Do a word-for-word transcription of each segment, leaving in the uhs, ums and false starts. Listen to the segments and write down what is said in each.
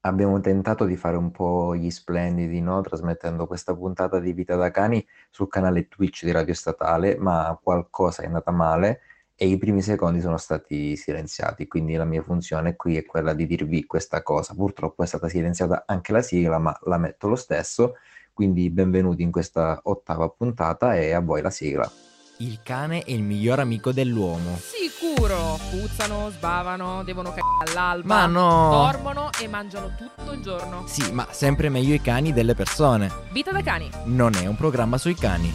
abbiamo tentato di fare un po' gli splendidi, no? Trasmettendo questa puntata di Vita da Cani sul canale Twitch di Radio Statale, ma qualcosa è andata male e i primi secondi sono stati silenziati, quindi la mia funzione qui è quella di dirvi questa cosa. Purtroppo è stata silenziata anche la sigla, ma la metto lo stesso, quindi benvenuti in questa ottava puntata e a voi la sigla. Il cane è il miglior amico dell'uomo. Sicuro, puzzano, sbavano, devono cagare all'alba, Ma no! dormono e mangiano tutto il giorno. Sì, ma sempre meglio i cani delle persone. Vita da cani. Non è un programma sui cani.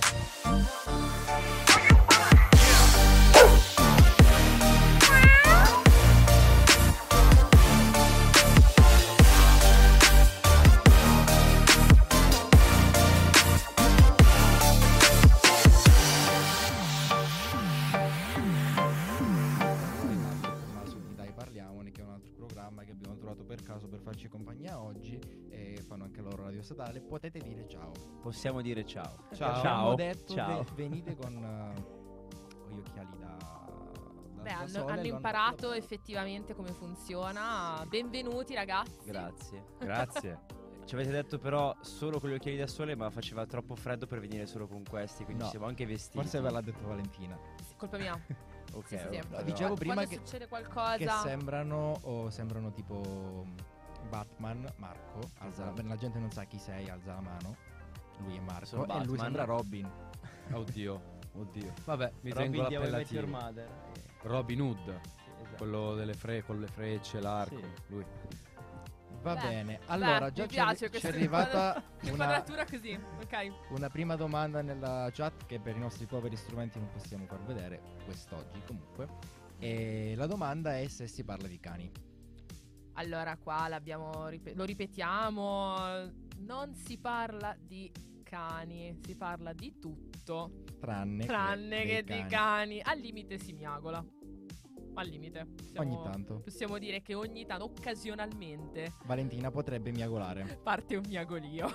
Compagnia oggi e fanno anche loro Radio Statale. Potete dire ciao. Possiamo dire ciao. Ciao. Ciao. Abbiamo detto Ciao. ve- venite con uh, gli occhiali da, da Beh, da hanno, sole, hanno lo imparato effettivamente come funziona. Benvenuti ragazzi. Grazie. Grazie. Ci avete detto però solo con gli occhiali da sole, ma faceva troppo freddo per venire solo con questi, quindi No. siamo anche vestiti. Forse ve l'ha detto Valentina. Sì, colpa mia. Ok, Sì, sì, sì. ok. No, dicevo Quando prima che, succede qualcosa. che sembrano o sembrano tipo Batman. Marco alza la, Esatto. la gente non sa chi sei, alza la mano. Lui è Marco Sono e lui Batman. sembra Robin. Oddio, oddio. Vabbè, mi Robin tengo di How I Met Your l'appellativo. Mother. Robin Hood, Sì, esatto. quello delle fre- con le frecce, l'arco. Sì. Lui. Va Beh, bene. Allora, beh, già mi ci piace è, ci è questa arrivata una, inquadratura così, ok. una prima domanda nella chat che per i nostri poveri strumenti non possiamo far vedere quest'oggi comunque. E la domanda è se si parla di cani. Allora qua l'abbiamo rip- lo ripetiamo, non si parla di cani, si parla di tutto Tranne, tranne dei che di cani. cani. Al limite si miagola. Al limite. Possiamo- Ogni tanto. Possiamo dire che ogni tanto, occasionalmente, Valentina potrebbe miagolare. parte un miagolio.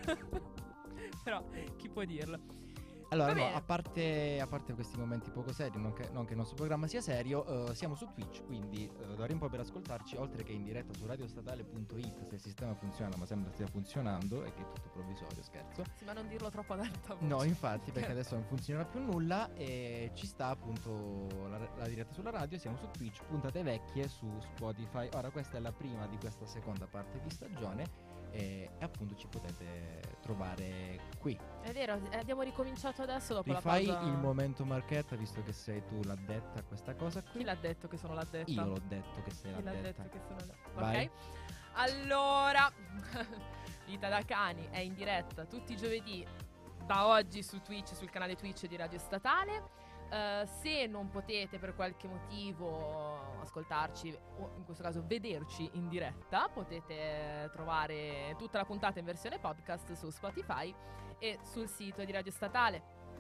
Però chi può dirlo? Allora, Va no, bene. a parte, a parte questi momenti poco seri, non che, non che il nostro programma sia serio, eh, siamo su Twitch, quindi eh, d'ora in poi per ascoltarci, oltre che in diretta su radiostatale punto it, se il sistema funziona, ma sembra stia funzionando e che è tutto provvisorio, scherzo. Sì, ma non dirlo troppo ad alta voce. No, infatti, perché adesso non funzionerà più nulla e ci sta appunto la, la diretta sulla radio, siamo su Twitch, puntate vecchie su Spotify. Ora questa è la prima di questa seconda parte di stagione e, e appunto ci potete trovare qui. È vero, eh, abbiamo ricominciato adesso dopo Rifai la pausa. il momento Marchetta, visto che sei tu l'addetta a questa cosa qui. Chi l'ha detto che sono l'addetta? Io l'ho detto che sei Chi l'ha l'addetta. detto che sono l'addetta? Vai. Ok. Allora, Vita da Cani è in diretta tutti i giovedì da oggi su Twitch, sul canale Twitch di Radio Statale. Eh, se non potete per qualche motivo ascoltarci o in questo caso vederci in diretta, potete trovare tutta la puntata in versione podcast su Spotify e sul sito di Radio Statale.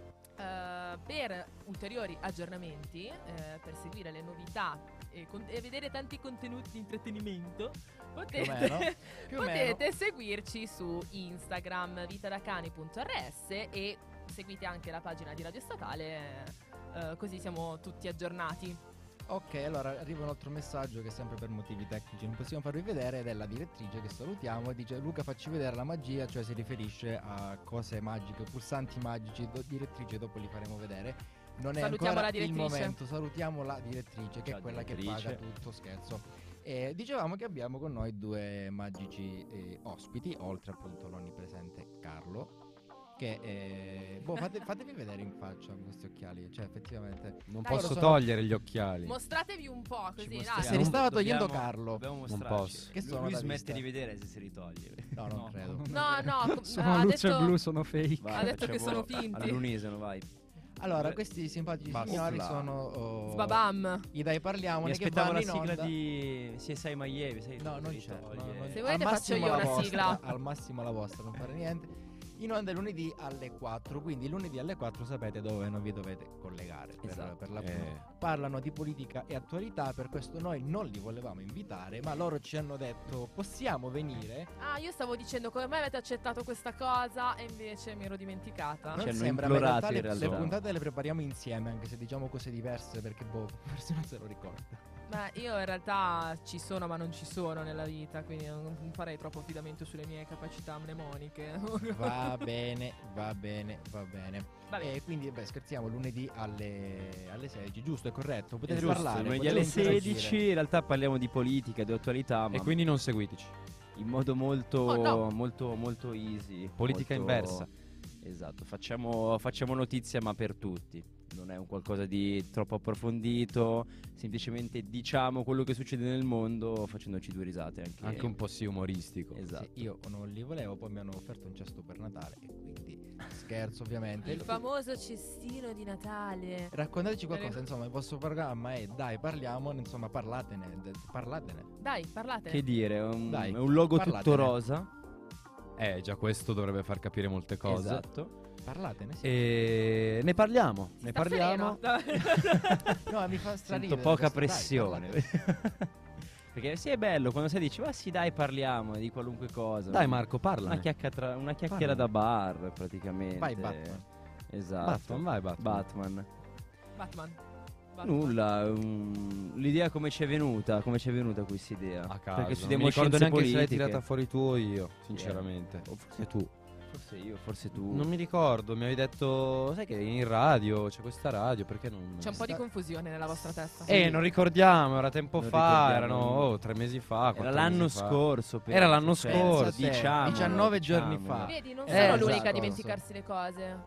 Eh, per ulteriori aggiornamenti, eh, per seguire le novità e, con- e vedere tanti contenuti di intrattenimento, potete, Più o meno, più o potete seguirci su Instagram vitadacani punto erre esse e seguite anche la pagina di Radio Statale, eh, così siamo tutti aggiornati. Ok, allora arriva un altro messaggio che sempre per motivi tecnici non possiamo farvi vedere ed è la direttrice che salutiamo e dice: Luca, facci vedere la magia, cioè si riferisce a cose magiche, pulsanti magici. Do- direttrice, dopo li faremo vedere. Non è Salutiamo ancora la il direttrice. momento, salutiamo la direttrice che Ciao, è quella direttrice. che paga tutto, scherzo. E dicevamo che abbiamo con noi due magici eh, ospiti, oltre appunto l'onnipresente Carlo. Che eh, boh, fate- fatevi vedere in faccia con questi occhiali, cioè effettivamente Non Dai. posso Loro sono- togliere gli occhiali. Mostratevi un po' così, Ci dai. mostri- se li stava togliendo Dobbiamo- Carlo. Dobbiamo Non mostrarci. posso. Che sono Lui da smette vista. di vedere se si ritoglie. No, non credo. No, no, com- Sono ha luce detto- blu, sono fake. Vai, Ha detto che facciamo sono finti. All'unisono, vai. Allora, questi simpatici Basta. signori Là. sono oh, Sbabam. i Dai Parliamo Mi che aspettavo vanno la in sigla onda. di C S I Miami, sai? No, tu non li c'è. togli, no, no, eh. Se al volete faccio massimo io la una vostra, sigla. Al massimo la vostra, non fare niente. In onda lunedì alle quattro, quindi lunedì alle quattro sapete dove non vi dovete collegare per, Esatto. per l'appunto. Eh. Parlano di politica e attualità, per questo noi non li volevamo invitare, ma loro ci hanno detto possiamo venire. Ah, io stavo dicendo come mai avete accettato questa cosa e invece mi ero dimenticata. Non Ci hanno sembra, ma in implorato realtà in le, realtà. le puntate le prepariamo insieme, anche se diciamo cose diverse, perché boh, forse non se lo ricorda. Ma io in realtà ci sono ma non ci sono nella vita, quindi non non farei troppo affidamento sulle mie capacità mnemoniche. Va bene, va bene, va bene. Va bene. E quindi, beh, scherziamo, lunedì alle, alle sedici, giusto, è corretto? Potete Giusto, parlare. lunedì potete alle interagire. sedici, in realtà parliamo di politica, di attualità, ma E quindi non seguiteci. in modo molto, Oh, no. molto, molto easy. Politica molto- inversa. Esatto, facciamo, facciamo notizia ma per tutti. Non è un qualcosa di troppo approfondito, semplicemente diciamo quello che succede nel mondo facendoci due risate anche. Anche un po' sì umoristico. Esatto. Sì, io non li volevo, poi mi hanno offerto un cesto per Natale e quindi scherzo ovviamente. Il famoso cestino di Natale. Raccontateci qualcosa, insomma, il vostro programma è dai, parliamone, insomma, parlatene, de- parlatene. Dai, parlate. Che dire, è un, Dai, è un logo parlatene. tutto rosa. Eh, già questo dovrebbe far capire molte cose. Esatto. Parlatene, sì. E ne parliamo, ne Sta parliamo. sereno. No, mi fa Sento straridere poca questo- dai, pressione. parlate. Perché sì, è bello quando sai dici, ma sì, dai, parliamo di qualunque cosa. Dai Marco, Una, parla. chiacchiera, una chiacchiera da bar, praticamente. Vai, Batman. Esatto. Batman, vai Batman. Batman. Batman. Batman. Nulla, um, l'idea come ci è venuta? Come ci è venuta questa idea? A caso. Perché Non studiamo mi ricordo scienze neanche se l'hai politiche. tirata fuori tu o io, sinceramente. O forse tu. Forse io, forse tu. Non mi ricordo, mi avevi detto, sai che in radio, c'è questa radio, perché non... C'è un po' di confusione nella vostra testa. Eh, non ricordiamo, era tempo Non fa, ricordiamo. erano oh, tre mesi fa. Era quattro l'anno mesi fa. scorso. penso, Era l'anno cioè, scorso. Pensa te, diciamo, diciannove giorni diciamo. fa. Vedi, non Eh, sono esatto. l'unica a dimenticarsi le cose.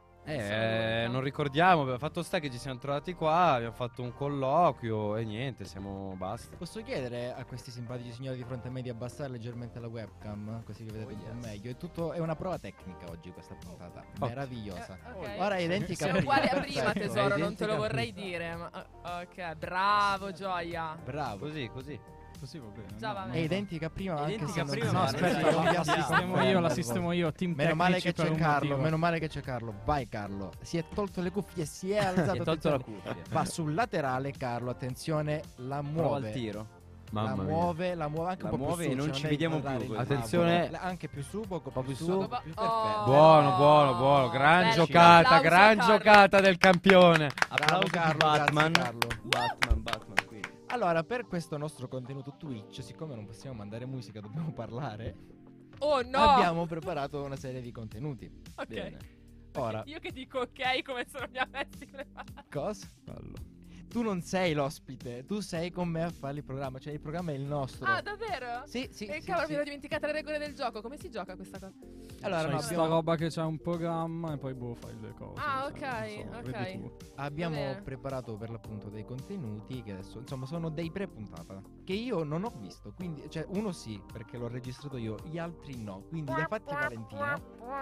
Eh, non ricordiamo, beh, fatto sta che ci siamo trovati qua, abbiamo fatto un colloquio e niente, siamo basta. Posso chiedere a questi simpatici signori di fronte a me di abbassare leggermente la webcam, così che vedete Oh, un po' yes. meglio? È tutto è una prova tecnica oggi questa puntata, Ok. meravigliosa. Eh, ok. Ora è identica Sei a prima. uguale a prima, perfetto. tesoro, È non te lo identica a vorrei prima. dire. Ma, ok, bravo, Gioia. Bravo. Così, così. Così va bene. Già va no? bene. È identica a prima, È anche identica se a non prima, si No, ma vede. aspetta, adesso la, io- la sistemo io, la sistemo io. Team Meno male che tecnici per c'è un Carlo, motivo. meno male che c'è Carlo. Vai Carlo. Si è tolto le cuffie, si è alzato. Si è tolto la attenzione. cuffia. Va sul laterale Carlo, attenzione, la Prova muove. al tiro. La Mamma mia. muove, la muove anche La un po' muove più e su, non cioè ci devi vediamo guardare più, il attenzione. tavolo. anche più su, poco, po' più più su. su, Oh, più perfetto. Buono, buono, buono. Gran Bello, giocata, applauso a gran Carlo. giocata del campione. Applauso Carlo, per grazie, Batman. Carlo. Batman, Batman qui. Allora, per questo nostro contenuto Twitch, siccome non possiamo mandare musica, dobbiamo parlare, Oh no! abbiamo preparato una serie di contenuti. Ok. Bene. Ora, Io che dico ok come se non mi avessi preparato. cosa? Tu non sei l'ospite, tu sei con me a fare il programma, cioè il programma è il nostro. Ah, davvero? Sì, sì, E sì, cavolo, sì. mi ero dimenticata le regole del gioco. Come si gioca questa cosa? Allora, C'è no, sta abbiamo, roba che c'è un programma e poi boh fai le cose. Ah, cioè, ok, non so, ok. vedi tu. abbiamo Va bene. preparato per l'appunto dei contenuti che adesso, insomma, sono dei pre-puntata che io non ho visto, quindi, cioè, uno sì, perché l'ho registrato io, gli altri no, quindi li ha fatti Valentina.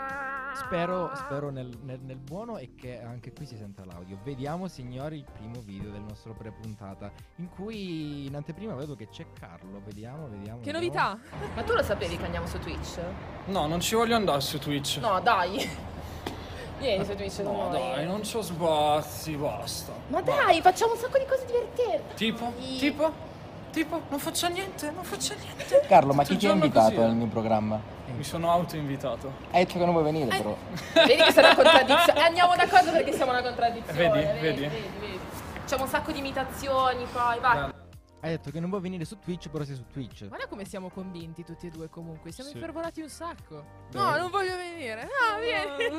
Spero, spero nel, nel- nel buono e che anche qui si senta l'audio. Vediamo, signori, il primo video del nostro pre-puntata, in cui in anteprima vedo che c'è Carlo. Vediamo, vediamo. Che vediamo. novità? Ma tu lo sapevi che andiamo su Twitch? No, non ci voglio andare su Twitch. No, dai. Vieni su Twitch con No, noi. dai, non c'ho sbazzi, basta. Ma dai, facciamo un sacco di cose divertenti. Tipo? Sì. Tipo? Tipo? Non faccio niente, non faccio niente. Carlo, ma Tutto chi il ti ha giorno invitato così, eh. nel mio programma? Mi sono auto-invitato. Hai detto che non vuoi venire, Eh. però. Vedi che sono una contraddizione. Eh, andiamo d'accordo perché siamo una contraddizione. Vedi, vedi, vedi. vedi, vedi. Facciamo un sacco di imitazioni poi, vai. Hai detto che non vuoi venire su Twitch, però sei su Twitch. Guarda come siamo convinti tutti e due comunque. Siamo Sì. infervorati un sacco. Beh. No, non voglio venire. No, vieni.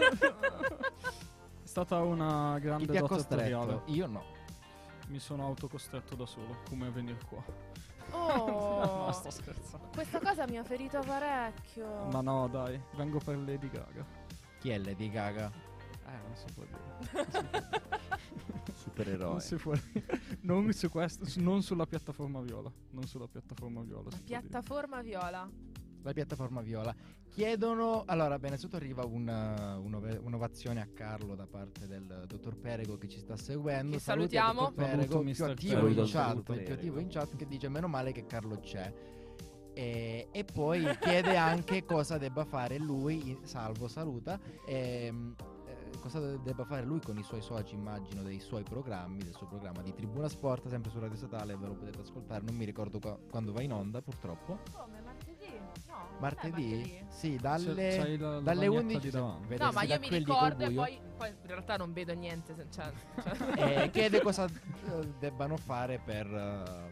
È stata una Chi grande ti ha dose attoriale. costretto? Io no. Mi sono autocostretto da solo, come venire qua. Oh. No, sto scherzando. Questa cosa mi ha ferito parecchio. Ma no, dai, vengo per Lady Gaga. Chi è Lady Gaga? Eh, non si può dire. Supereroe. Non si può dire. Non su questo, su- non sulla piattaforma viola. Non sulla piattaforma viola. si può dire. Piattaforma viola. La piattaforma viola. Chiedono. Allora, bene, innanzitutto arriva una, un'ove- un'ovazione a Carlo da parte del dottor Perego che ci sta seguendo. Che Saluti al salutiamo. dottor Perego, Saluto, più mister attivo in Perego. chat, Saluto, più attivo Perego. in chat, che dice meno male che Carlo c'è. E, e poi chiede anche cosa debba fare lui, in- salvo saluta, ehm, eh, cosa de- debba fare lui con i suoi soci, immagino, dei suoi programmi, del suo programma di Tribuna Sport, sempre su Radio Statale, ve lo potete ascoltare, non mi ricordo qua- quando va in onda purtroppo. Come, martedì? No. Martedì? Sì, C'è- dalle, c'hai la dalle lavagnetta undici. di davanti. vedersi No, ma da io mi quelli col ricordo e buio. poi, poi in realtà non vedo niente. se- Cioè, cioè. E chiede cosa eh, debbano fare per, eh,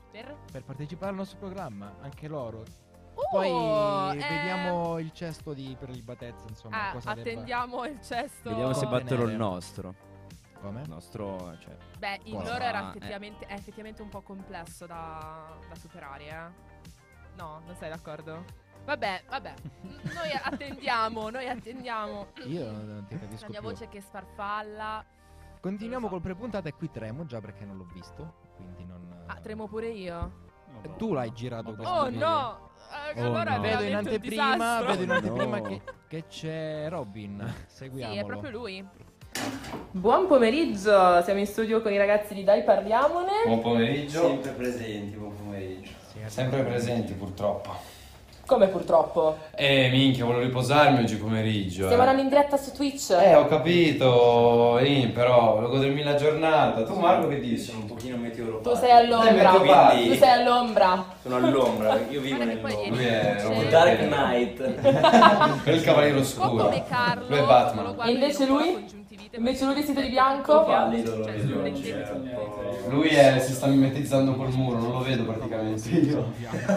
Per? per partecipare al nostro programma, anche loro. Uh, Poi eh, vediamo il cesto di prelibatezza, insomma, ah, cosa debba- attendiamo il cesto. Vediamo se Contenere. batterò il nostro. Come? Il nostro, cioè. Beh, il Cosa? loro era Eh. effettivamente, è effettivamente un po' complesso da, da superare, eh. No, non sei d'accordo? Vabbè, vabbè. N- noi attendiamo, noi attendiamo. Io non ti capisco La mia più. voce che sfarfalla. Continuiamo Non lo so. col prepuntata e qui tremo già perché non l'ho visto, quindi non... Ah, tremo pure io. Vabbè. Tu l'hai girato questo Oh video? no! Eh, Oh, allora è no. Vedo in veramente un anteprima, disastro. vedo in anteprima No. che, che c'è Robin. Sì, Seguiamolo. è proprio lui. Buon pomeriggio, siamo in studio con i ragazzi di Dai Parliamone. Buon pomeriggio. Sempre presenti, buon pomeriggio. Sempre presenti purtroppo. Come purtroppo? Eh, minchia, volevo riposarmi oggi pomeriggio. Stiamo eh. andando in diretta su Twitch. Eh, ho capito, eh, però volevo godermi la giornata. Tu Marco che dici? Sono un pochino meteoropatico. Tu sei all'ombra. Eh, meteoropatico. Tu sei all'ombra. Sono all'ombra, io vivo Guarda che nel poi nome. Lui è C'è- Robert Dark Kennedy. Knight. Quel cavaliere Un po' oscuro. come Carlo. Lui è Batman. lo guardo E invece io con la lui? congiuntivite, Invece lui vestito di perché bianco? tutto Pallido lo cioè, vedo sulle oggi, tette. è un po'... Lui è, si sta mimetizzando col muro, non lo vedo praticamente. Io.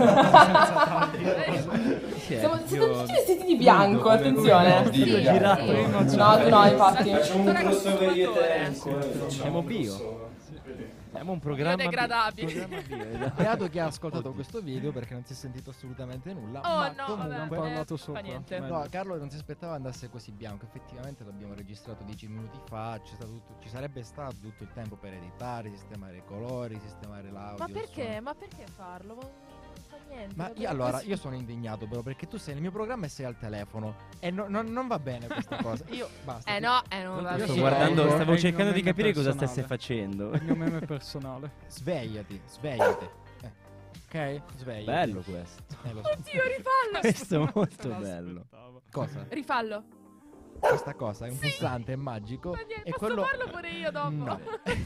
Siamo, siete tutti vestiti di bianco, attenzione. Di Sì, girato. sì. No, tu no, infatti. Facciamo un crossover io e te. Siamo Siamo bio. Siamo un programma Biodegradabili. programma bio. Beato che ha ascoltato questo video perché non si è sentito assolutamente nulla. Oh ma no, comunque... vabbè, ho parlato eh, sopra. fa niente. Meglio. No, Carlo non si aspettava andasse così bianco. Effettivamente l'abbiamo registrato dieci minuti fa. C'è stato tutto- ci sarebbe stato tutto il tempo per editare, sistemare i colori, sistemare l'audio. Ma il perché? suono. Ma perché farlo? Ma non fa niente. Ma vabbè, io allora, questo- io sono indignato però perché tu sei nel mio programma e sei al telefono. E no- no- non va bene questa cosa. Io basta. Eh ti- no, eh non va Io Sto sì, bene. guardando, ecco. stavo È il cercando di mio capire cosa personale. stesse facendo. Il mio meme personale. Svegliati, svegliati. Eh, ok? Svegliati. Bello questo. Eh, lo so. Oddio, rifallo. Questo è molto Me bello. l'aspettavo. Cosa? Rifallo. Questa cosa è un pulsante, è magico. Ma niente, E posso quello... farlo pure io dopo? No.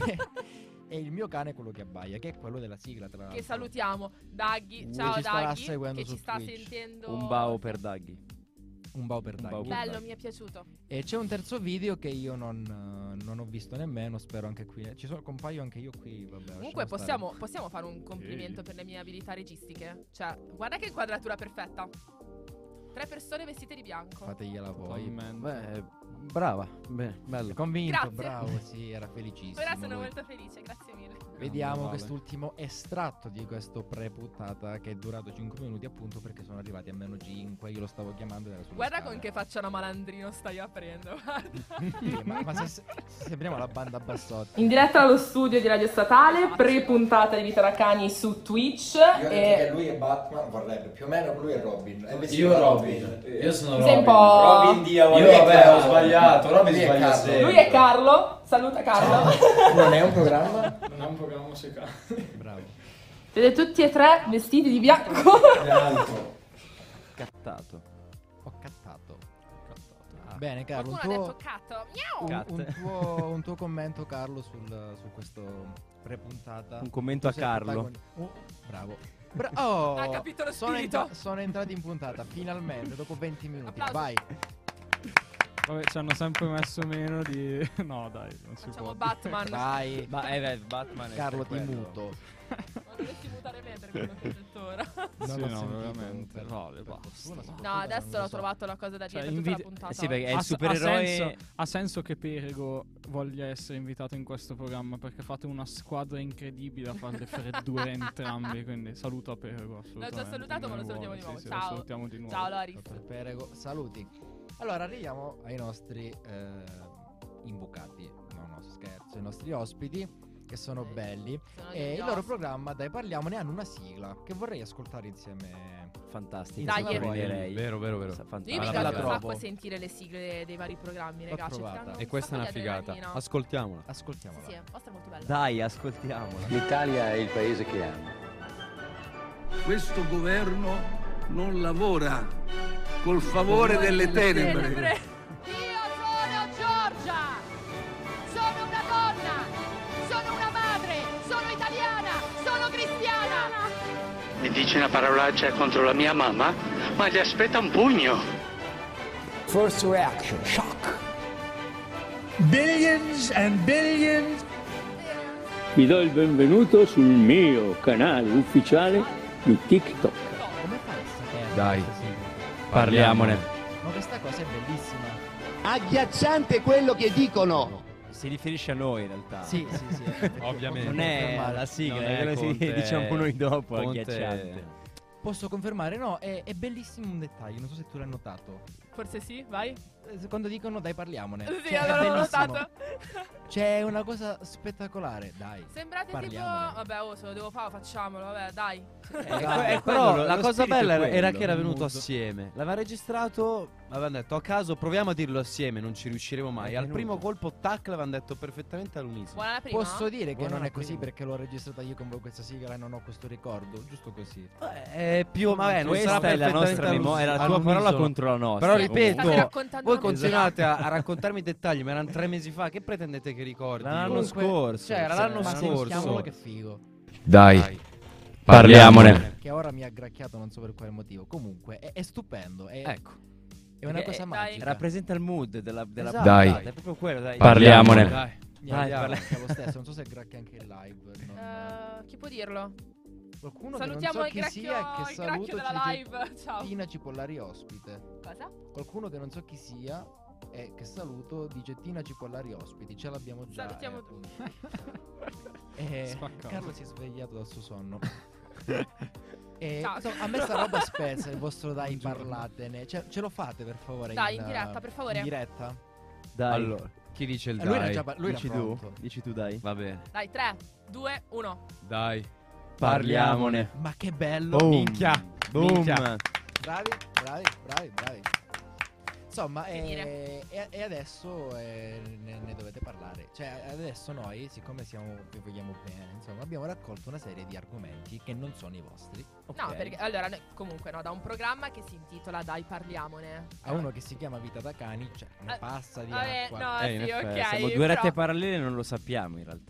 E il mio cane è quello che abbaia, che è quello della sigla, tra l'altro. Che salutiamo. Daghi, Lui ciao ci starà Daghi, seguendo che su ci sta Twitch. sentendo. Un bao per Daghi. Un bao per Un Daghi. bao per Bello, Daghi. mi è piaciuto. E c'è un terzo video che io non, eh, non ho visto nemmeno, spero anche qui. Ci sono, compaio anche io qui, vabbè. Comunque lasciamo stare. possiamo, possiamo fare un complimento per le mie abilità registiche. Cioè, guarda che inquadratura perfetta. Tre persone vestite di bianco. Fategliela voi. Totalmente. Beh, brava. Beh, bello. Convinto, Grazie. bravo, sì, era felicissimo. Ora sono lui. molto felice, grazie mille. Vediamo Vale. quest'ultimo estratto di questo pre-puntata che è durato cinque minuti appunto perché sono arrivati a meno cinque. Io lo stavo chiamando ed era sulla Guarda scala. con che faccia da malandrino stai aprendo. Guarda. Sì, ma, ma se, se sembriamo la banda Bassotti. In diretta dallo studio di Radio Statale, pre-puntata di Vita da Cani su Twitch. E lui è Batman, vorrebbe più o meno lui è Robin. Io Robin. Io sono sei un Robin. po'. Robin Dia, Io volevo- vabbè, ho sbagliato. Robin Lui è sbaglia Carlo. sempre. Lui è Carlo. Saluta Carlo. Non è un programma? Non è un programma musicale. Bravo. Siete tutti e tre vestiti di bianco. Bianco. Cattato. Ho cattato. Bene, Carlo, un Qualcuno ha tuo, detto catto. Miau. un, Cat. un tuo, un tuo commento, Carlo, sul, su questo pre-puntata. Un commento a Tu sei Carlo. protagoni- Oh, bravo. Bra- oh, Ha capito lo sono, spirito. entra- sono entrati in puntata, finalmente, dopo venti minuti. Applauso. Vai. Vabbè, ci hanno sempre messo meno di... No, dai, non si Facciamo può. Batman. Vai. Ma eh, beh, Batman è Carlo, ti quello. muto. Ma dovresti mutare me per quello che ho detto ora. Non Sì, l'ho no, sentito, veramente. per- No, per basta. fortuna, soprattutto No, adesso non lo l'ho so. trovato la cosa da Cioè, dire tutta la invidi- puntata. Eh sì, perché è il Ha- supereroe. Ha senso, ha senso che Perego voglia essere invitato in questo programma perché fate una squadra incredibile a farle freddure entrambi. Quindi saluto a Perego. L'ho già salutato, ma lo salutiamo di nuovo. Sì, sì, Ciao. Lo salutiamo di nuovo. Ciao Loris. Dottor Perego, saluti. Allora arriviamo ai nostri eh, imbucati. No, no, scherzo, i nostri ospiti che sono Sì. belli. Sono E degli il loro ospiti. programma, dai, parliamo, ne hanno una sigla che vorrei ascoltare insieme. Fantastico. Dai, Lo eh. prenderei. Vero, vero, vero. Sa- Io Fantastico. mi Alla piace bella un sacco trovo. sentire le sigle dei vari programmi, L'ho ragazzi. trovata. danno E un questa è sacco una di figata. adrenalina. Ascoltiamola. Ascoltiamola. Sì, sì, vostra è molto bella. Dai, ascoltiamola. L'Italia è il paese che amo. Questo governo non lavora col favore delle tenebre. Tenebre. Io sono Giorgia, sono una donna, sono una madre, sono italiana, sono cristiana. Mi dice una parolaccia contro la mia mamma, ma gli aspetta un pugno. First reaction, shock. Billions and billions. Vi do il benvenuto sul mio canale ufficiale di TikTok. Come fai a sapere? Dai, questa sigla? parliamone. Ma questa cosa è bellissima. Agghiacciante quello che dicono. Si riferisce a noi in realtà. Sì, sì, sì. Ovviamente. Non è la sigla, Non è è quello che Conte, diciamo noi dopo, Conte- agghiacciante. Posso confermare, no, è, è bellissimo un dettaglio, non so se tu l'hai notato. Forse sì, vai. Eh, Quando dicono dai parliamone. Sì, Cioè, è allora l'ho bellissimo. notato. C'è una cosa spettacolare, dai. Sembrate parliamone. tipo... Vabbè, oh, se lo devo fare, facciamolo, vabbè, dai. Eh, Dai. eh, però quello, la lo cosa spirito bella è era, era quello, che era il venuto mood. assieme. L'aveva registrato, avevano detto a caso proviamo a dirlo assieme, non ci riusciremo mai. È Al venuto. primo colpo tac l'avevano detto perfettamente all'unisono. Buona la prima? Posso dire che Buona non la è così prima. perché l'ho registrata io con voi questa sigla e non ho questo ricordo, giusto così. È più, vabbè, non Questa sarà è la perfettamente nostra memoria, è la tua all'unisono. parola contro la nostra. Però comunque. ripeto, State raccontando voi una continuate a, a raccontarmi i dettagli, ma erano tre mesi fa, che pretendete che ricordi? L'anno Comunque- scorso. Cioè, era l'anno Ma scorso. sentiamolo che figo. Dai, parliamone. Che ora mi ha aggracchiato non so per quale motivo. Comunque è, è stupendo, è, Ecco. è una Perché, cosa eh, magica. Rappresenta il mood della, della Esatto. puntata, Dai. è proprio quello, dai. Parliamone. Dai. Mi Vai, aggracchia lo stesso, non so se aggracchia anche il live. non- Eh, chi può dirlo? Qualcuno Salutiamo che il non so chi gracchio, sia, che il saluto gracchio della ci dice live. Ciao. Tina Cipollari ospite. Cosa? Qualcuno che non so chi sia e che saluto dice Tina Cipollari ospiti. Ce l'abbiamo già. Salutiamo eh, tutti. E Spaccato. Carlo si è svegliato dal suo sonno. E, Ciao. insomma, a me sta roba spezza il vostro dai parlatene. Cioè, ce lo fate per favore? Dai, in diretta, uh, per favore. In diretta? Dai. Allora, chi dice il Eh, lui era dai? già pa- lui era Dici pronto. tu? Dici tu, dai. Va bene. Dai, tre, due, uno. Dai. Parliamone. Ma che bello. Boom. Minchia. Boom. Minchia. Bravi, bravi, bravi, bravi. Insomma, Che eh, e, e adesso eh, ne, ne dovete parlare. Cioè, adesso noi, siccome siamo, vi vogliamo bene, insomma, abbiamo raccolto una serie di argomenti che non sono i vostri. No, ok? perché allora, noi- comunque, no, da un programma che si intitola Dai, parliamone. A uno che si chiama Vita da cani, cioè, ne Eh, passa di vabbè, acqua. no, Eh, in sì, effetti, ok. Siamo due però- rette parallele e non lo sappiamo in realtà.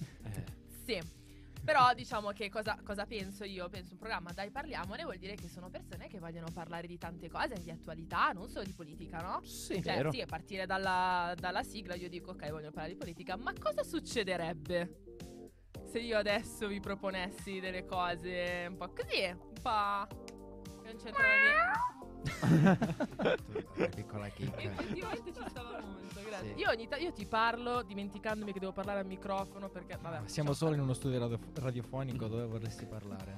Sì. Però diciamo che cosa, cosa penso io? Penso un programma Dai parliamone vuol dire che sono persone che vogliono parlare di tante cose, di attualità, non solo di politica, no? Sì, Cioè, vero. sì, a partire dalla, dalla sigla io dico ok, voglio parlare di politica, ma cosa succederebbe se io adesso vi proponessi delle cose un po' così, un po' che non c'entrano niente? Piccola chicca. Effettivamente ci stava molto, grazie. Sì. Io ogni ta- io ti parlo dimenticandomi che devo parlare al microfono perché vabbè. Siamo lasciamo solo in uno studio radio- radiofonico dove vorresti parlare.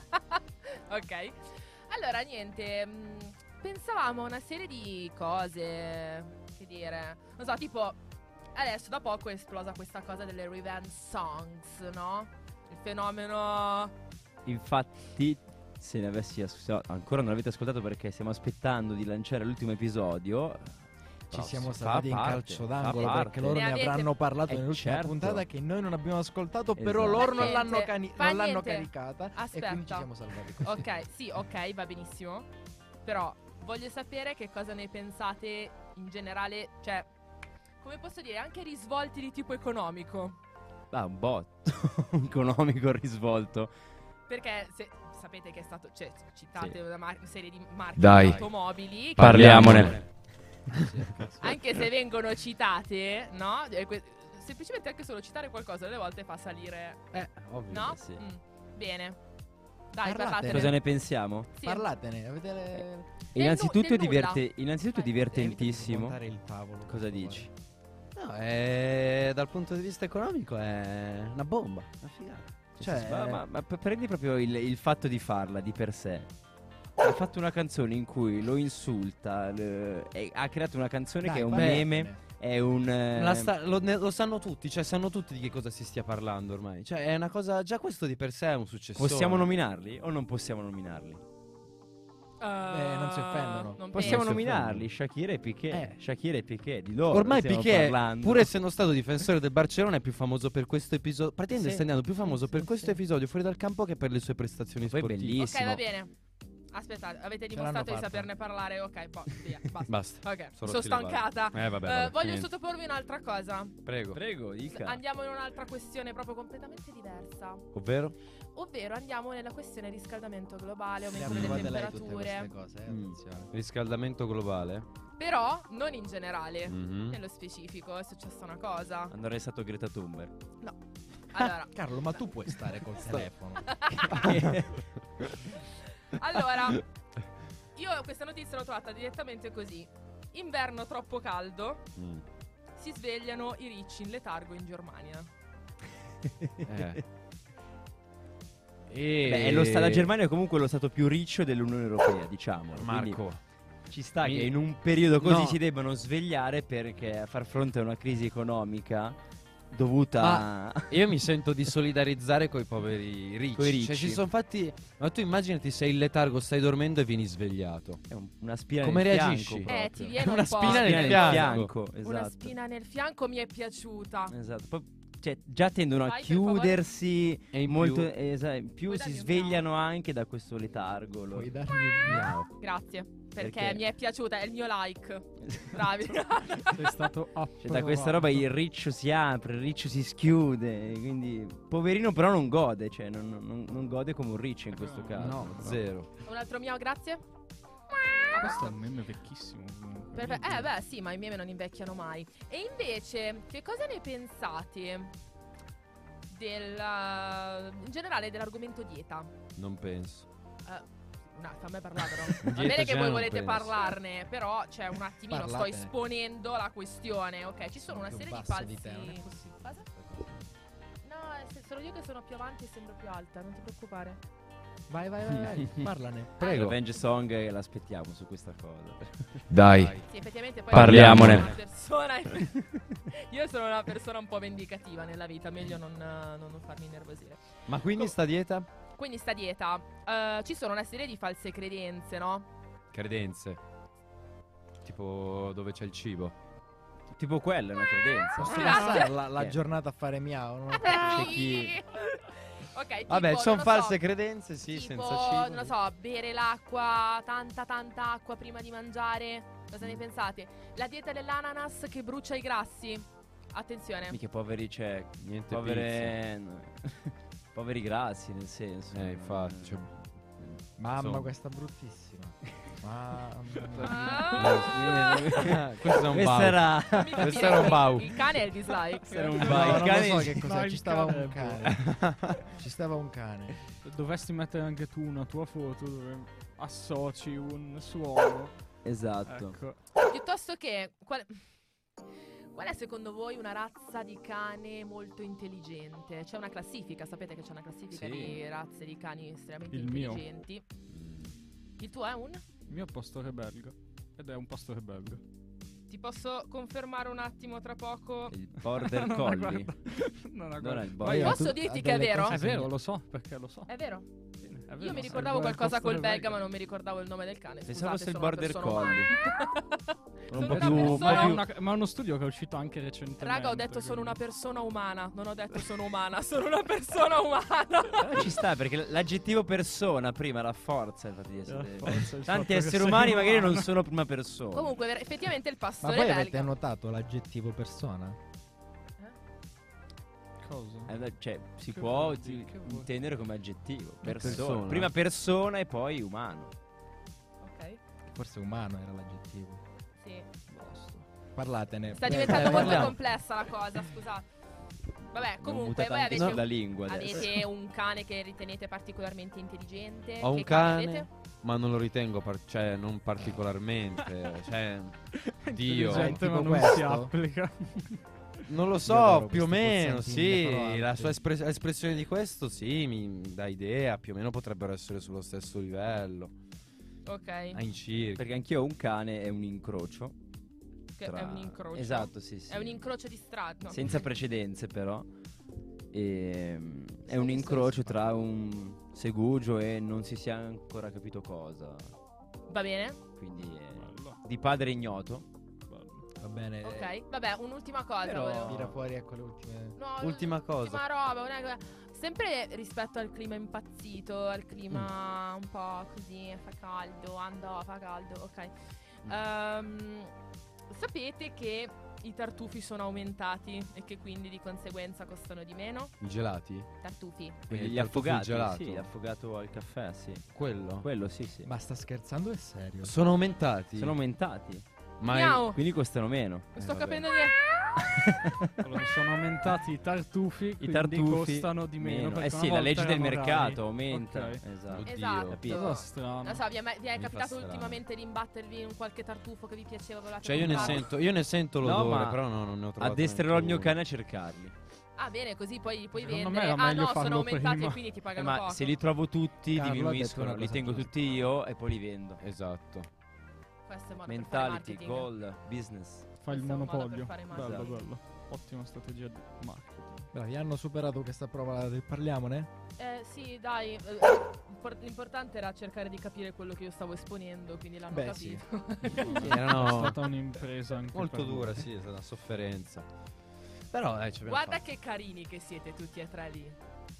Ok. Allora, niente. mh, pensavamo a una serie di cose. Che dire. Non so, tipo. Adesso da poco è esplosa questa cosa delle revenge songs, no? Il fenomeno. Infatti, se ne avessi as- ancora non l'avete ascoltato perché stiamo aspettando di lanciare l'ultimo episodio. Ci Però siamo fa salvati in parte, calcio fa d'angolo parte. perché loro Ne ne, avete- avranno parlato Eh, nell'ultima certo. puntata che noi non abbiamo ascoltato, però Esatto. loro non Fa l'hanno, niente, cani- fa non l'hanno niente. caricata e Aspetta. quindi ci siamo salvati così. Ok, sì, ok, va benissimo. Però voglio sapere che cosa ne pensate in generale. Cioè, come posso dire, anche risvolti di tipo economico. Ah, un botto economico risvolto. Perché se sapete che è stato. Cioè, citate Sì. una mar- serie di marche Dai. di automobili. che- Parliamone. Anche se vengono citate, no? Eh, que- semplicemente anche solo citare qualcosa delle volte fa salire. Eh, ovvio. No? sì. Mm, bene. Dai, Parlatene. parlatene. Cosa ne pensiamo? Sì. Parlatene, avete le... Innanzitutto, del è diverte- nulla. innanzitutto è Vai. divertentissimo. montare il tavolo. per Cosa favore. dici? No, è, dal punto di vista economico è una bomba, una figata. Cioè, ma, ma- ma p- prendi proprio il, il fatto di farla di per sé. Ha fatto una canzone in cui lo insulta, le- e ha creato una canzone Dai, che è un parlatene. meme, è un... eh, La sta- lo, ne- lo sanno tutti, cioè sanno tutti di che cosa si stia parlando ormai. Cioè è una cosa, già questo di per sé è un successo. Possiamo nominarli o non possiamo nominarli? Uh, non si offendono. non Possiamo penso. nominarli, Shakira e Piqué. Eh. Shakira e Piqué, di loro Ormai stiamo Piqué, parlando. pur essendo stato difensore del Barcellona, è più famoso per questo episodio. Praticamente Sì. sta andando più famoso Sì, per sì, questo sì. episodio fuori dal campo che per le sue prestazioni Poi è sportive. bellissimo. Ok, va bene. Aspettate, avete l'hanno dimostrato di fatta. saperne parlare. Ok, boh, via, basta. Basta. Ok, Sono sono rotti le balle. stancata. Eh, vabbè, Eh, vabbè, voglio niente. sottoporvi un'altra cosa. Prego. Prego, dica. Andiamo in un'altra questione proprio completamente diversa. Ovvero? Ovvero andiamo nella questione riscaldamento globale, Le aumento ha delle provate lei tutte temperature. queste cose, eh, Mm. attenzione. Riscaldamento globale. Però non in generale. Mhm. Nello specifico è successa una cosa. Hanno arrestato Greta Thunberg. No. Allora. Carlo, ma tu puoi stare col telefono. Allora, io questa notizia l'ho trovata direttamente così. Inverno troppo caldo, Mm. si svegliano i ricci in letargo in Germania. Eh. E... Beh, è lo sta- la Germania è comunque lo stato più riccio dell'Unione Europea, diciamo. Marco, ci sta mi- che in un periodo così No. si debbano svegliare perché a far fronte a una crisi economica dovuta Ma a... io mi sento di solidarizzare coi poveri ricci. Coi ricci. Cioè, ci sono fatti. Ma tu immaginati sei in letargo, stai dormendo e vieni svegliato. È un- una spina Come nel reagisci? fianco Eh, proprio. ti viene Una un po'. spina Spina nel nel fianco. fianco, Una esatto. spina nel fianco mi è piaciuta. Esatto. Poi, cioè, già tendono a Vai, per favore. chiudersi E in molto, più- esa- in più Puoi si darmi un svegliano anche da questo letargo. loro. Puoi darmi un miau. Grazie. Perché, Perché? mi è piaciuta, è il mio like. Bravi. Sei stato Cioè, da questa roba il riccio si apre, il riccio si schiude. Quindi, poverino, però non gode. Cioè, non, non- non gode come un riccio in questo caso. No, zero. Un altro mio, grazie. Questo è un meme vecchissimo. comunque. Perfe- eh beh sì, ma i meme non invecchiano mai. E invece, che cosa ne pensate del, in generale dell'argomento dieta? Non penso. Eh, no, fammi parlare però. Va Dieta bene che già voi non volete penso. parlarne, però cioè un attimino sto Parlatene. esponendo la questione. Ok, ci sono una Più serie di basso falsi. di te, non è possibile. Cosa? No, è se- solo io che sono più avanti e sembro più alta, non ti preoccupare. Vai, vai, vai, vai. Parlane. Prego. Revenge Song eh, l'aspettiamo su questa cosa. Dai. Sì, effettivamente poi Parliamone. io sono una persona io sono una persona un po' vendicativa nella vita, meglio non, non, non farmi innervosire. Ma quindi sta dieta? Quindi sta dieta, eh, ci sono una serie di false credenze, no? Credenze. Tipo dove c'è il cibo. Tipo quella è una credenza. Posso Grazie. passare la, la Che- giornata a fare miau? Non ho C'è chi... Ok, tipo, Vabbè, sono non lo so, false credenze, sì, tipo, senza cibo. non lo so, bere l'acqua, tanta tanta acqua prima di mangiare. Cosa ne pensate? La dieta dell'ananas che brucia i grassi. Attenzione. Mica poveri, cioè, Niente povere... poveri grassi, nel senso. Eh, infatti, cioè, Mamma, insomma. questa è bruttissima. Mamma. Ah! Questo è un Questo bau. era... Fammi capire, Questo era un il- bau. Il cane è il dislike. Questo era un No, bau. non Il lo cane... so che cos'è. No, Ci il stava cane un è cane. Ci stava un cane. Dovresti mettere anche tu una tua foto dove associ un suono. Esatto. Ecco. Piuttosto che qual... qual è secondo voi una razza di cane molto intelligente? C'è una classifica, sapete che c'è una classifica Sì. di razze di cani estremamente Il mio. intelligenti. Il tuo è un? Il mio è pastore belga. Ed è un pastore belga. Ti posso confermare un attimo tra poco? Il border No, collie. guarda. Non ha Non guarda. è il Ma border io- Posso tu- dirti ha che è delle vero? È vero, lo so, perché lo so. È vero? Sì, è vero, Io mi è ricordavo il- il qualcosa col pastore belga, ma non mi ricordavo il nome del cane. Pensavo Scusate, fosse il sono una border persona collie. umana. Un Sono po' una più- un po' persona- Ma è, più- una- ma è uno studio che è uscito anche recentemente. Raga, ho detto sono una quindi- persona umana. Non ho detto sono umana, sono una persona umana. Però ci sta perché l'aggettivo persona prima rafforza il fatto di essere... Rafforza il Tanti fatto che esseri sei umani magari umano. non sono prima persona. Comunque, ver- effettivamente il Ma pastore voi avete belga. annotato l'aggettivo persona? Cosa? Eh, cioè, si Che può vuol dire? ti- Che vuol- intendere come aggettivo. Persona. persona. Prima persona e poi umano. Ok, Forse umano era l'aggettivo. sì. Parlatene. Sta Eh, diventando eh, molto parliamo. complessa la cosa, scusate. Vabbè, Abbiamo comunque, buttato voi anche avete, sulla lingua adesso. avete un cane che ritenete particolarmente intelligente? Ho Che un cane cane, avete? ma non lo ritengo, par- cioè non particolarmente. Cioè, Dio. Intelligente, ma tipo non si questo? applica. Non lo Io so, adoro più o questi meno, pulsantini che sì. fanno La altri. sua espres- espressione di questo, sì, mi dà idea. Più o meno potrebbero essere sullo stesso livello. Ok, All'incirca. Perché anch'io ho un cane e un incrocio. che tra- è un incrocio. Esatto, sì, sì. È un incrocio di strada. no. Senza precedenze però. Ehm, è Sì, un sì, incrocio sì, tra un segugio e non si sia ancora capito cosa. Va bene? Quindi è di padre ignoto. Va bene. Ok, vabbè, un'ultima cosa. Però- volevo- Tira fuori ecco le ultime. No, Ultima cosa. Ultima roba, una- sempre rispetto al clima impazzito, al clima un po' così, fa caldo, andò, fa caldo, ok. Ehm, sapete che i tartufi sono aumentati e che quindi di conseguenza costano di meno? I gelati? Tartufi. Quindi il gli tartufo affogati, gelato. sì, affogato al caffè, sì. Quello? Quello sì, sì. Ma sta scherzando, è serio? Sono aumentati? Sono aumentati. Ma è- Miau. Quindi costano meno. Mi sto vabbè. capendo di... Allora, sono aumentati i tartufi, I quindi tartufi costano di meno. meno. perché Eh sì, una la volta legge del erano mercato rari. aumenta. Ok. Esatto. Oddio. Esatto. Capito? Cosa strano. Non so, vi è, mai- vi è Mi fa capitato strano. ultimamente di imbattervi in qualche tartufo che vi piaceva? volevate Cioè io ne comprare? sento, io ne sento No, l'odore, ma però no, non ne ho trovato addestrerò il neanche mio uno. cane a cercarli. Ah, bene, così poi puoi Secondo me vendere. era Ah, meglio no, sono farlo aumentati prima. e quindi ti Eh, pagano ma poco. se li trovo tutti Carlo ha detto diminuiscono, una li cosa tengo giusta. tutti io e poi li vendo. Esatto. Questo è modo per fare Mentality, marketing. goal, business. Fa il Questo è un modo per monopolio. fare Bello, marketing. bello. Ottima strategia di marketing. Bravi, hanno superato questa prova del parliamone? Eh, sì, dai. eh, impor- L'importante era cercare di capire quello che io stavo esponendo, quindi l'hanno Beh, sì. capito. Sì, erano- È stata un'impresa anche Molto per dura, voi. sì, è stata una sofferenza. Però dai, ci abbiamo Guarda fatto. che carini che siete tutti e tre lì.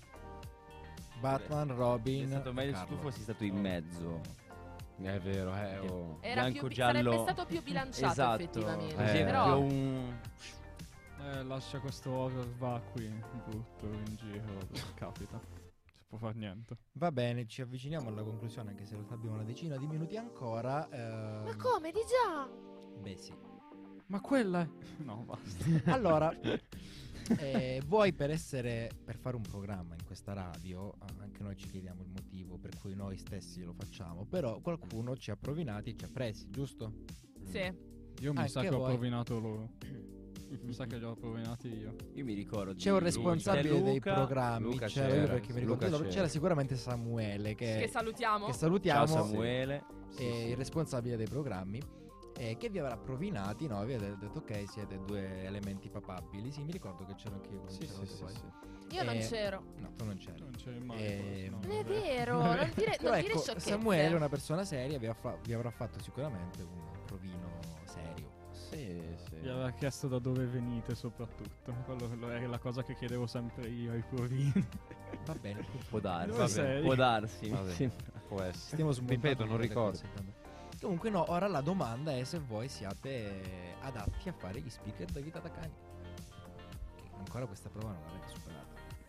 Batman, Robin. È stato meglio se tu Carlo. fossi stato in mezzo. È vero, eh, oh. Era Bianco, più bi- giallo. sarebbe stato più bilanciato Esatto. effettivamente. Così Eh, è però proprio un... Eh, lascia questo horror vacui brutto in giro. Capita. Si può far niente. Va bene, ci avviciniamo alla conclusione, anche se in realtà abbiamo una decina di minuti ancora. ehm, Ma come, di già? Beh, sì. Ma quella è... No, basta. Allora, eh, voi per essere, per fare un programma in questa radio, eh, anche noi ci chiediamo il motivo per cui noi stessi lo facciamo, però qualcuno ci ha provinati e ci ha presi, giusto? sì. Io mi Anche sa che ho voi. provinato loro. Mi sa che li ho provinati io. Io mi ricordo C'è un di responsabile Luca, dei programmi, Luca c'era, c'era, io perché mi ricordo, Luca c'era. c'era. sicuramente Samuele che, Che salutiamo. che salutiamo, Ciao Samuele. è il responsabile dei programmi, eh, che vi avrà provinati, no? Vi avete detto ok, siete due elementi papabili. Sì, mi ricordo che c'ero anche io quando Sì, c'eravate sì, sì, voi. sì. Io non Eh, c'ero. No, tu non c'eri. Non c'è mai. Eh, forse, no, Non è vero. vero, non dire, Però non dire ecco, sciocchezze. Samuele è una persona seria, vi, ha fa- vi avrà fatto sicuramente un provino serio. Sì, sì. Gli aveva chiesto da dove venite soprattutto. Quello, quello è la cosa che chiedevo sempre io ai provini. Va bene. Può darsi. Dove Vabbè, sei? Può darsi. Vabbè. Sì. Può essere. Stiamo smontando Ripeto, non delle ricordo. cose, vabbè. Comunque no, ora la domanda è se voi siate adatti a fare gli speaker da Vita da Cani. Che ancora questa prova non l'avete superata.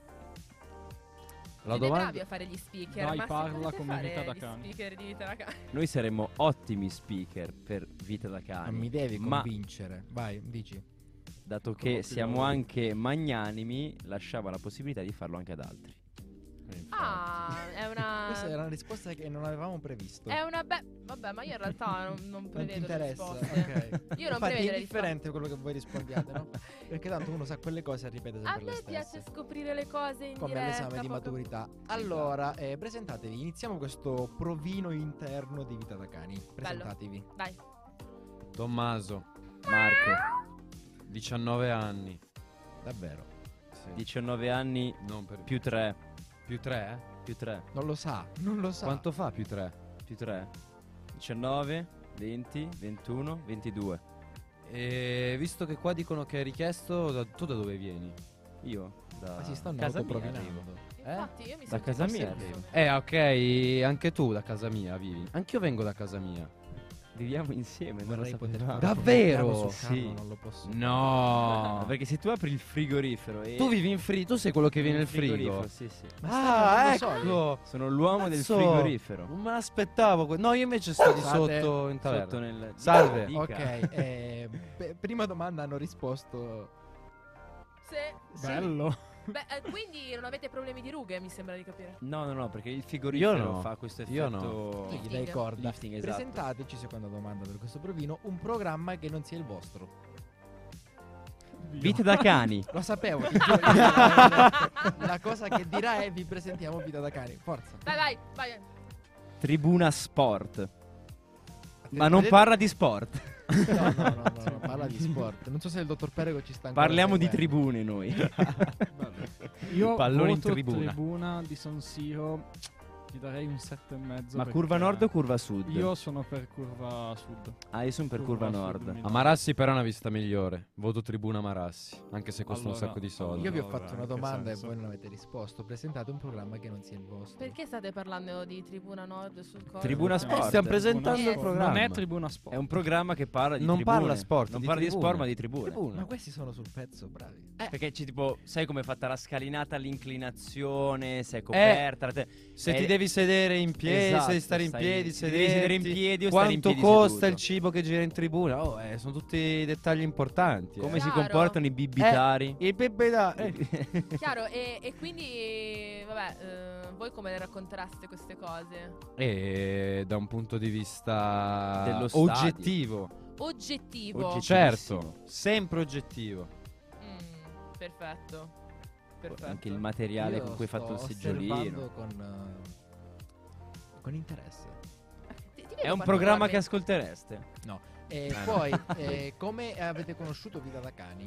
La Siete domanda bravi a fare gli speaker, Dai, ma se parla potete come fare Vita da gli Cani. speaker di Vita da Cani. Noi saremmo ottimi speaker per Vita da Cani. Non mi devi ma convincere. Vai, dici. dato Come che più siamo loro. anche magnanimi, lasciava la possibilità di farlo anche ad altri. Ah, è una... Questa era una risposta che non avevamo previsto. È una be... Vabbè, ma io in realtà non, non Non ti prevedo le interessa, risposte. ok. Io non Infatti prevedo è le risposte. indifferente quello che voi rispondiate, no? Perché tanto uno sa quelle cose e ripete A sempre le me stesse. piace scoprire le cose in Come diretta. all'esame di poco- maturità. Allora, eh, presentatevi, iniziamo questo provino interno di Vita da Cani. Presentatevi. Dai. Tommaso, Marco, diciannove anni. Davvero? Sì. diciannove anni Non per... più tre. Più tre? Più tre. Non lo sa, non lo sa. Quanto fa più tre? Più tre. diciannove, venti, ventuno, ventidue. E visto che qua dicono che è richiesto, da- tu da dove vieni? Io da Ma si stanno casa mia autoprovinando. arrivo. Infatti io mi Da sento casa in mia possesso. arrivo. Eh, ok, anche tu da casa mia vivi. Anch'io vengo da casa mia. Viviamo insieme, non lo Vorrei poter sapevamo. fare Davvero? un piano su Carlo, Sì. non lo posso. No. Perché se tu apri il frigorifero e Tu vivi in frigo, tu sei quello che viene nel frigo. frigorifero, sì, sì. Ah, state andando ecco. Sono l'uomo del Cazzo, frigorifero. Non me l'aspettavo. que- No, io invece sto di Scusate, sotto in taverna. Sotto nel Salve. dica. Ok, eh, pe- prima domanda hanno risposto. Sì. Bello. Beh, eh, quindi non avete problemi di rughe, mi sembra di capire. No, no, no, perché il frigorifero Io no. fa questo Io effetto no. Tu gli dai corda. lifting, esatto. Presentateci, seconda domanda per questo provino, un programma che non sia il vostro. Vite da cani. Lo sapevo, ti giuro, la, la cosa che dirà è vi presentiamo Vita da Cani. Forza. Dai, vai, vai. Tribuna Sport. Ma Ha non detto- parla di sport. No, no, no, no, no, parla di sport. Non so se il dottor Perego ci sta ancora Parliamo di seguendo. tribune noi. Io Pallone in voto tribuna. tribuna di San Siro. Ti darei un sette e mezzo. Ma perché curva nord o curva sud? Io sono per curva sud. Ah, io sono per curva, Curva nord. sud, mi A Marassi però è una vista migliore. Voto tribuna Marassi. Anche se costa un Allora, sacco di soldi. Io vi ho Allora, fatto una in che domanda e senso? voi non avete risposto. Presentate un programma che non sia il vostro. Perché state parlando di Tribuna Nord sul cosa? Tribuna Eh, Sport. stiamo presentando il Sport. programma. Non è tribuna sport. È un programma che parla di Non tribune. parla sport, Non di parla di tribune. sport, ma di tribune. Tribuna. Ma questi sono sul pezzo, bravi. Eh. Perché c'è tipo, sai come è fatta la scalinata, l'inclinazione, se è Eh, coperta. te- Se è- ti devi devi sedere in piedi, Esatto, se devi stare in stai- piedi, se devi sedere in sederti, piedi o stare in quanto piedi costa seduto. il cibo che gira in tribuna. Oh, eh, sono tutti dettagli importanti. Come eh. si Chiaro. comportano i bibitari. Eh, i bibitari. Chiaro, e, e quindi, vabbè, eh, voi come le raccontereste queste cose? E da un punto di vista Dello stadio. oggettivo. Oggettivo. Oggettivo. Certo, sempre oggettivo. Mm, perfetto. Perfetto. Anche il materiale Io con cui hai fatto il sto seggiolino. osservando con, eh, con interesse. Ti- ti vedo È un programma che particolarmente- ascoltereste. No. E Ah, no. poi, eh, come avete conosciuto Vita da Cani?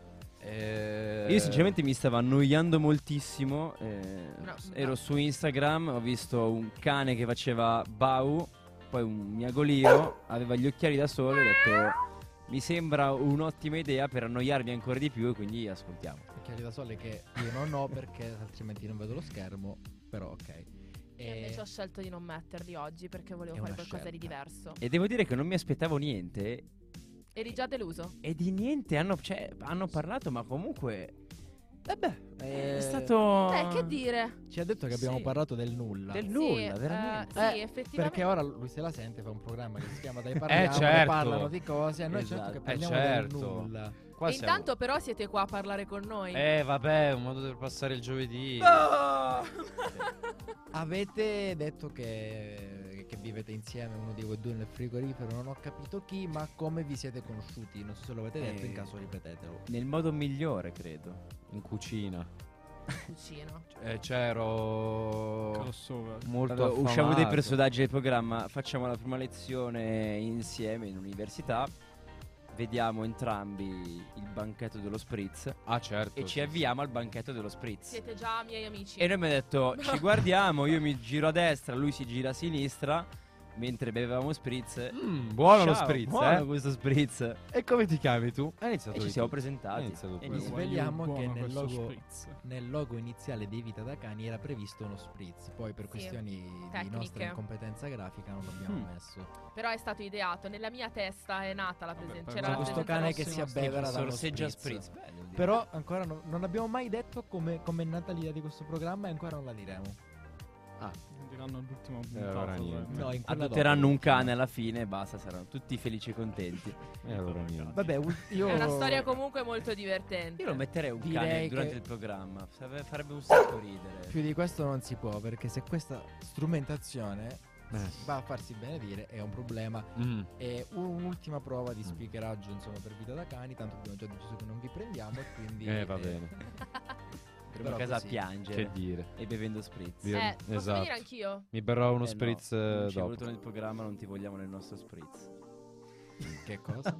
Eh, Io sinceramente mi stavo annoiando moltissimo. eh, No, ero no. su Instagram, ho visto un cane che faceva bau, poi un miagolino, aveva gli occhiali da sole, ho detto mi sembra un'ottima idea per annoiarmi ancora di più e quindi ascoltiamo. Occhiali da sole che io non ho perché altrimenti non vedo lo schermo, però ok. E invece ho scelto di non metterli oggi perché volevo È fare una qualcosa di scelta. diverso. E devo dire che non mi aspettavo niente. Eri già deluso? E di niente hanno, cioè, hanno parlato, ma comunque Eh beh, è Eh, stato... Beh, che dire? Ci ha detto che abbiamo Sì. parlato del nulla. Del Sì, nulla, eh, veramente. sì, Eh, effettivamente. Perché ora lui se la sente, fa un programma che si chiama Dai Parliamo, ne certo. parlano di cose, e noi Esatto. certo che Eh, parliamo certo. del nulla. qua E siamo- intanto però siete qua a parlare con noi. Eh vabbè, un modo per passare il giovedì. No! Avete detto che, che vivete insieme, uno di voi due nel frigorifero, non ho capito chi, ma come vi siete conosciuti? Non so se lo avete detto, Eh, in caso ripetetelo. Nel modo migliore, credo. In cucina. Cucino. Eh, c'ero Crossover. molto Allora, affamato. usciamo dei personaggi del programma, facciamo la prima lezione insieme in università, vediamo entrambi il banchetto dello spritz Ah certo. e ci sì, avviamo al banchetto dello spritz. Siete già miei amici. E noi abbiamo detto ci guardiamo, io mi giro a destra, lui si gira a sinistra, mentre bevevamo spritz. sì. Mm, buono lo Ciao, spritz, buono eh. questo spritz. E come ti chiami tu? Hai iniziato E ci tu. siamo presentati. Hai iniziato tu. E Vi niente. sveliamo Buono che nel questo logo, spritz. nel logo iniziale di Vita da Cani era previsto uno spritz, poi per Sì, questioni di tecniche. nostra incompetenza grafica non l'abbiamo Mm. messo. Però è stato ideato. Nella mia testa è nata la presenza. per C'era C'è la questo presenza cane del che si nostro- abbevera dallo Sorseggia spritz. spritz. Bello dire. Però ancora no- non abbiamo mai detto come come è nata l'idea di questo programma e ancora non la diremo. Diranno all'ultima Eh, puntata. allora niente. probabilmente. No, in quella Adotteranno dopo. un cane alla fine e basta, saranno tutti felici e contenti. E allora niente. Vabbè, ul- io È una storia comunque molto divertente. Io lo metterei un Direi cane durante che- il programma, sarebbe- farebbe un sacco ridere. più di questo non si può, perché se questa strumentazione Eh. va a farsi benedire è un problema. Mm. E un'ultima prova di speakeraggio insomma per Vita da Cani, tanto abbiamo già deciso che non vi prendiamo e quindi Eh va bene. Andremo a però casa così. a piangere Che dire. e bevendo spritz. Dire- Eh, posso esatto. venire anch'io? Mi berrò uno Eh no, spritz non eh, ci hai dopo. voluto nel programma, non ti vogliamo nel nostro spritz. Che cosa?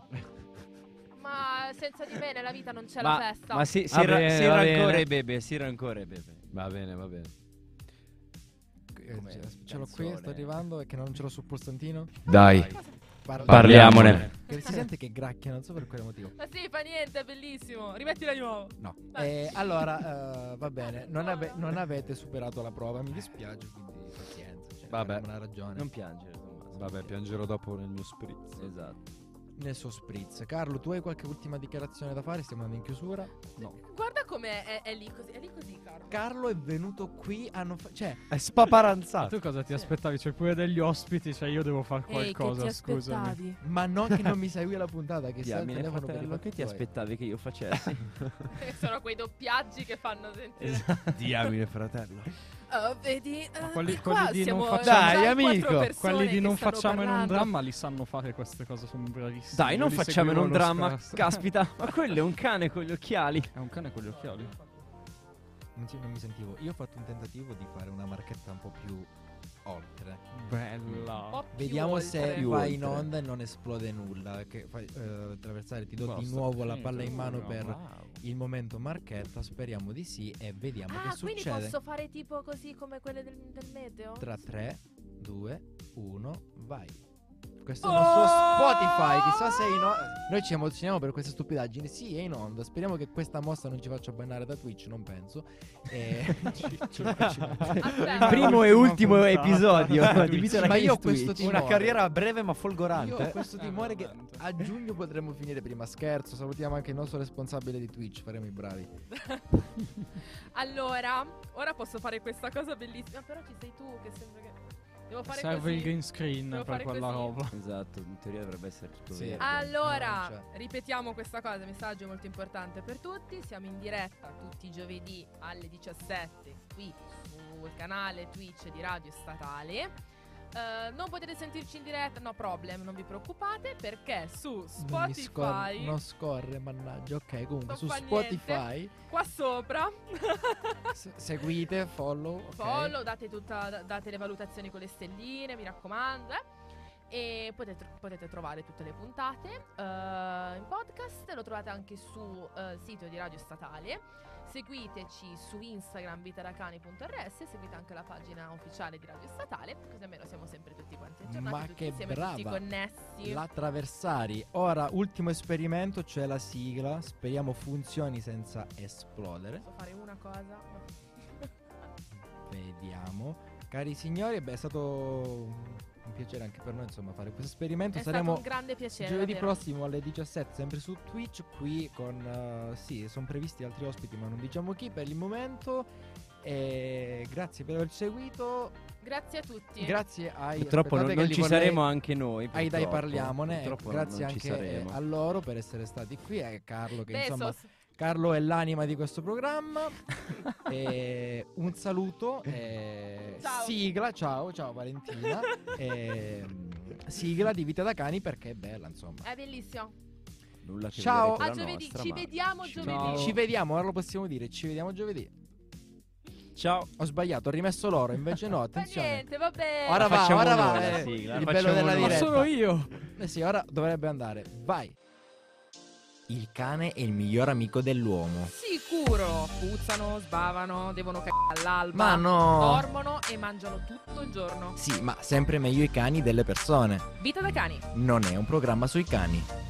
Ma senza di me nella vita non c'è ma, la festa. ma si, si, Va ra- bene, si va rancore bene. e bebe, si rancore e bebe. Va bene, va bene. Eh, Come ce, ce l'ho qui, canzone. sto arrivando, e che non ce l'ho sul pulsantino. Dai. Parla- Parliamone. Che si sente che gracchia, non so per quale motivo. Ma sì, fa niente, è bellissimo. Rimettila di nuovo. No. Dai. Eh, allora, eh, va bene, non, ave- non avete superato la prova, mi dispiace, quindi pazienza. Cioè, Vabbè. avremo una ragione. Non piangere, Tommaso. Vabbè, piangerò dopo nel mio spritz. Esatto. Nel suo spritz. Carlo, tu hai qualche ultima dichiarazione da fare? Stiamo andando in chiusura? No. Guarda com'è, è, è lì così, è lì così, Carlo. Carlo è venuto qui, hanno fa- cioè, È spaparanzato. Tu cosa ti aspettavi? C'è pure degli ospiti, cioè io devo fare Ehi, che qualcosa, ti scusami. aspettavi? ma non che non mi segui la puntata, che sta al Diamine, telefono per i fratello, fatti che ti tuoi. aspettavi che io facessi? Sono quei doppiaggi che fanno sentire. Esatto. Diamine, fratello. Oh, vedi, eh, quelli- qua quelli di siamo non facciamo- già Dai, in amico, quattro persone Quelli di che non stanno facciamo in un parlando. dramma li sanno fare queste cose, sono bravissimi. Dai, non Io li facciamo in seguivo un lo dramma. stesso. Caspita, ma quello è un cane con gli occhiali. È un cane con gli occhiali. Non, ci- non mi sentivo. Io ho fatto un tentativo di fare una marchetta un po' più oltre. Bella. Un po' più Vediamo oltre. se Più vai in oltre. onda e non esplode nulla. Che fai eh, attraversare, ti do di Basta, nuovo la finito. palla in mano Oh, per Wow. il momento marchetta. Speriamo di sì e vediamo Ah, che quindi succede. posso fare tipo così come quelle del, del meteo? Tra tre, due, uno, vai. Questo Oh! è il nostro Spotify. Chissà se in o- Noi ci emozioniamo per queste stupidaggini. Sì, è in onda. Speriamo che questa mossa non ci faccia bannare da Twitch, non penso. E... Il primo e ultimo episodio di Vita da Ma Cani io ho su questo Twitch. timore. Una carriera breve ma folgorante. Io ho questo timore che a giugno potremmo finire prima. Scherzo, salutiamo anche il nostro responsabile di Twitch, faremo i bravi. Allora, ora posso fare questa cosa bellissima. Però ci sei tu che sembra che... Devo fare Serve così. il green screen Devo per fare quella così. roba. Esatto, in teoria dovrebbe essere tutto Sì. verde. Allora, No, non c'è. ripetiamo questa cosa, messaggio molto importante per tutti. Siamo in diretta tutti i giovedì alle diciassette qui sul canale Twitch di Radio Statale. Eh, non potete sentirci in diretta, no problem, non vi preoccupate, perché su Non mi Spotify scor- non scorre, mannaggia. Ok, comunque Non su fa Spotify niente. Qua sopra se- seguite, follow, ok. follow, date, tutta, date le valutazioni con le stelline, mi raccomando, eh. E potete, potete trovare tutte le puntate eh, in podcast. Lo trovate anche sul eh, sito di Radio Statale. Seguiteci su Instagram vitaracani punto erre esse. Seguite anche la pagina ufficiale di Radio Statale, così almeno siamo sempre tutti quanti aggiornati, Ma tutti che insieme, tutti brava, connessi. la Traversari. Ora, ultimo esperimento, cioè la sigla. Speriamo funzioni senza esplodere. Posso fare una cosa? No. Vediamo. Cari signori, beh, è stato un piacere anche per noi, insomma, fare questo esperimento. È Saremo stato un grande piacere, giovedì davvero. prossimo alle diciassette, sempre su Twitch, qui con uh, sì, sono previsti altri ospiti, ma non diciamo chi per il momento. E grazie per aver seguito. Grazie a tutti. Grazie ai Purtroppo non, aspettate non che li ci vorrei- saremo anche noi. ai Dai purtroppo. parliamone. Purtroppo Grazie non ci anche saremo. a loro per essere stati qui. E Carlo, che Besos. insomma, Carlo è l'anima di questo programma. E un saluto. E Ciao. sigla, ciao, ciao Valentina. E, sigla di Vita da Cani perché è bella, insomma. È bellissimo. Nulla a che Ciao. vedere con A la giovedì, nostra, ci ma- vediamo giovedì. Ciao. Ci vediamo, ora lo possiamo dire. Ci vediamo giovedì. Ciao. Ho sbagliato, ho rimesso loro, invece no, Ma attenzione. niente, va bene. Ora La va, facciamo ora va. noi la eh, sigla, la il bello facciamo della noi. Ma diretta. sono io. Eh sì, ora dovrebbe andare. Vai. Il cane è il miglior amico dell'uomo. Sicuro. Puzzano, sbavano, devono cagare all'alba. Ma no. Dormono e mangiano tutto il giorno. Sì, ma sempre meglio i cani delle persone. Vita da cani. Non è un programma sui cani.